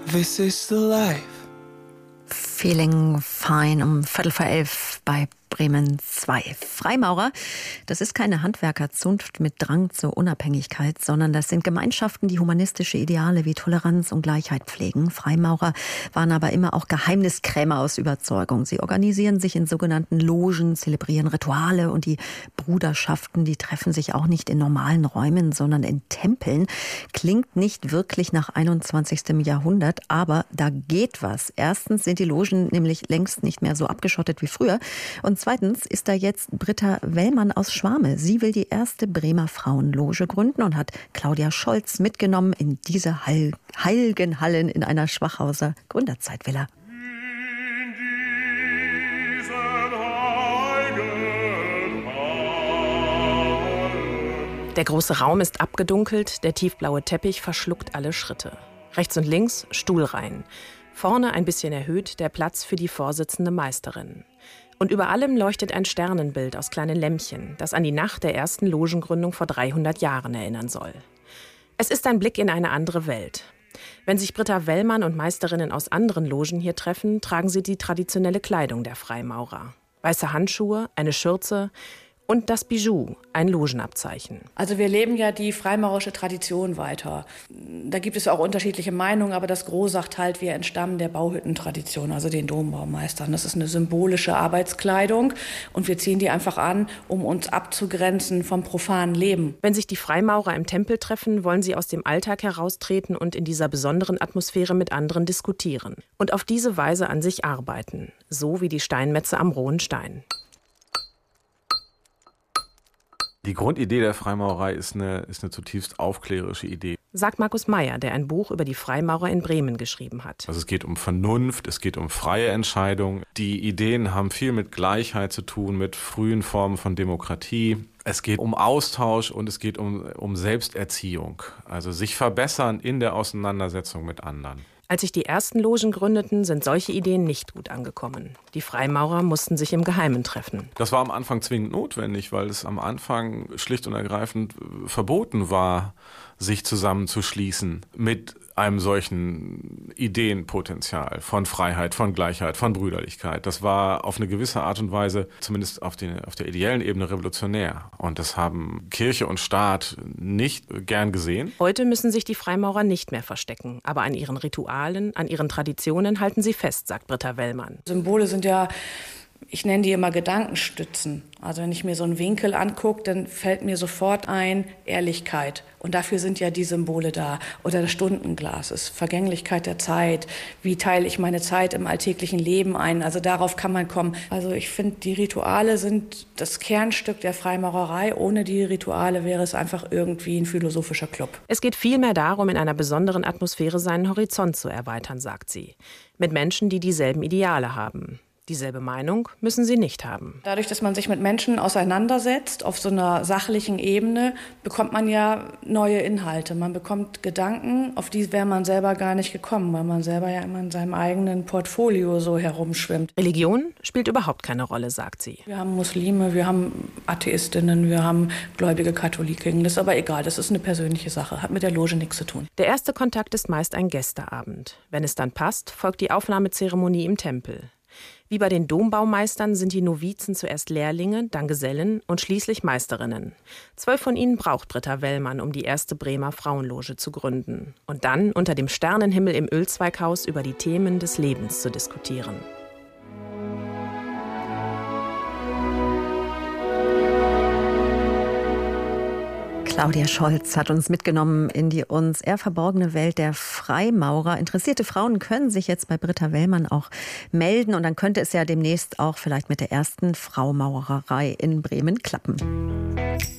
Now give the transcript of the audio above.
This is the life. Feeling Fine um 11:15 bei Bremen 2. Freimaurer, das ist keine Handwerkerzunft mit Drang zur Unabhängigkeit, sondern das sind Gemeinschaften, die humanistische Ideale wie Toleranz und Gleichheit pflegen. Freimaurer waren aber immer auch Geheimniskrämer aus Überzeugung. Sie organisieren sich in sogenannten Logen, zelebrieren Rituale und die Bruderschaften, die treffen sich auch nicht in normalen Räumen, sondern in Tempeln. Klingt nicht wirklich nach 21. Jahrhundert, aber da geht was. Erstens sind die Logen nämlich längst nicht mehr so abgeschottet wie früher. Und zweitens ist da jetzt Britta Wellmann aus Schwame. Sie will die erste Bremer Frauenloge gründen und hat Claudia Scholz mitgenommen in diese heiligen Hallen in einer Schwachhauser Gründerzeitvilla. Der große Raum ist abgedunkelt, der tiefblaue Teppich verschluckt alle Schritte. Rechts und links Stuhlreihen. Vorne ein bisschen erhöht der Platz für die Vorsitzende Meisterin. Und über allem leuchtet ein Sternenbild aus kleinen Lämpchen, das an die Nacht der ersten Logengründung vor 300 Jahren erinnern soll. Es ist ein Blick in eine andere Welt. Wenn sich Britta Wellmann und Meisterinnen aus anderen Logen hier treffen, tragen sie die traditionelle Kleidung der Freimaurer. Weiße Handschuhe, eine Schürze und das Bijou, ein Logenabzeichen. Also wir leben ja die freimaurerische Tradition weiter. Da gibt es auch unterschiedliche Meinungen, aber das Gros sagt halt, wir entstammen der Bauhüttentradition, also den Dombaumeistern. Das ist eine symbolische Arbeitskleidung und wir ziehen die einfach an, um uns abzugrenzen vom profanen Leben. Wenn sich die Freimaurer im Tempel treffen, wollen sie aus dem Alltag heraustreten und in dieser besonderen Atmosphäre mit anderen diskutieren. Und auf diese Weise an sich arbeiten, so wie die Steinmetze am rohen Stein. Die Grundidee der Freimaurerei ist eine zutiefst aufklärerische Idee. Sagt Markus Meyer, der ein Buch über die Freimaurer in Bremen geschrieben hat. Also es geht um Vernunft, es geht um freie Entscheidung. Die Ideen haben viel mit Gleichheit zu tun, mit frühen Formen von Demokratie. Es geht um Austausch und es geht um Selbsterziehung. Also sich verbessern in der Auseinandersetzung mit anderen. Als sich die ersten Logen gründeten, sind solche Ideen nicht gut angekommen. Die Freimaurer mussten sich im Geheimen treffen. Das war am Anfang zwingend notwendig, weil es am Anfang schlicht und ergreifend verboten war, sich zusammenzuschließen mit einem solchen Ideenpotenzial von Freiheit, von Gleichheit, von Brüderlichkeit. Das war auf eine gewisse Art und Weise, zumindest auf der ideellen Ebene, revolutionär. Und das haben Kirche und Staat nicht gern gesehen. Heute müssen sich die Freimaurer nicht mehr verstecken. Aber an ihren Ritualen, an ihren Traditionen halten sie fest, sagt Britta Wellmann. Symbole sind ja, ich nenne die immer Gedankenstützen. Also wenn ich mir so einen Winkel angucke, dann fällt mir sofort ein Ehrlichkeit. Und dafür sind ja die Symbole da. Oder das Stundenglas ist Vergänglichkeit der Zeit. Wie teile ich meine Zeit im alltäglichen Leben ein? Also darauf kann man kommen. Also ich finde, die Rituale sind das Kernstück der Freimaurerei. Ohne die Rituale wäre es einfach irgendwie ein philosophischer Club. Es geht vielmehr darum, in einer besonderen Atmosphäre seinen Horizont zu erweitern, sagt sie. Mit Menschen, die dieselben Ideale haben. Dieselbe Meinung müssen sie nicht haben. Dadurch, dass man sich mit Menschen auseinandersetzt, auf so einer sachlichen Ebene, bekommt man ja neue Inhalte. Man bekommt Gedanken, auf die wäre man selber gar nicht gekommen, weil man selber ja immer in seinem eigenen Portfolio so herumschwimmt. Religion spielt überhaupt keine Rolle, sagt sie. Wir haben Muslime, wir haben Atheistinnen, wir haben gläubige Katholiken. Das ist aber egal, das ist eine persönliche Sache, hat mit der Loge nichts zu tun. Der erste Kontakt ist meist ein Gästeabend. Wenn es dann passt, folgt die Aufnahmezeremonie im Tempel. Wie bei den Dombaumeistern sind die Novizen zuerst Lehrlinge, dann Gesellen und schließlich Meisterinnen. 12 von ihnen braucht Britta Wellmann, um die erste Bremer Frauenloge zu gründen. Und dann unter dem Sternenhimmel im Ölzweighaus über die Themen des Lebens zu diskutieren. Claudia Scholz hat uns mitgenommen in die uns eher verborgene Welt der Freimaurer. Interessierte Frauen können sich jetzt bei Britta Wellmann auch melden und dann könnte es ja demnächst auch vielleicht mit der ersten Fraumaurerei in Bremen klappen.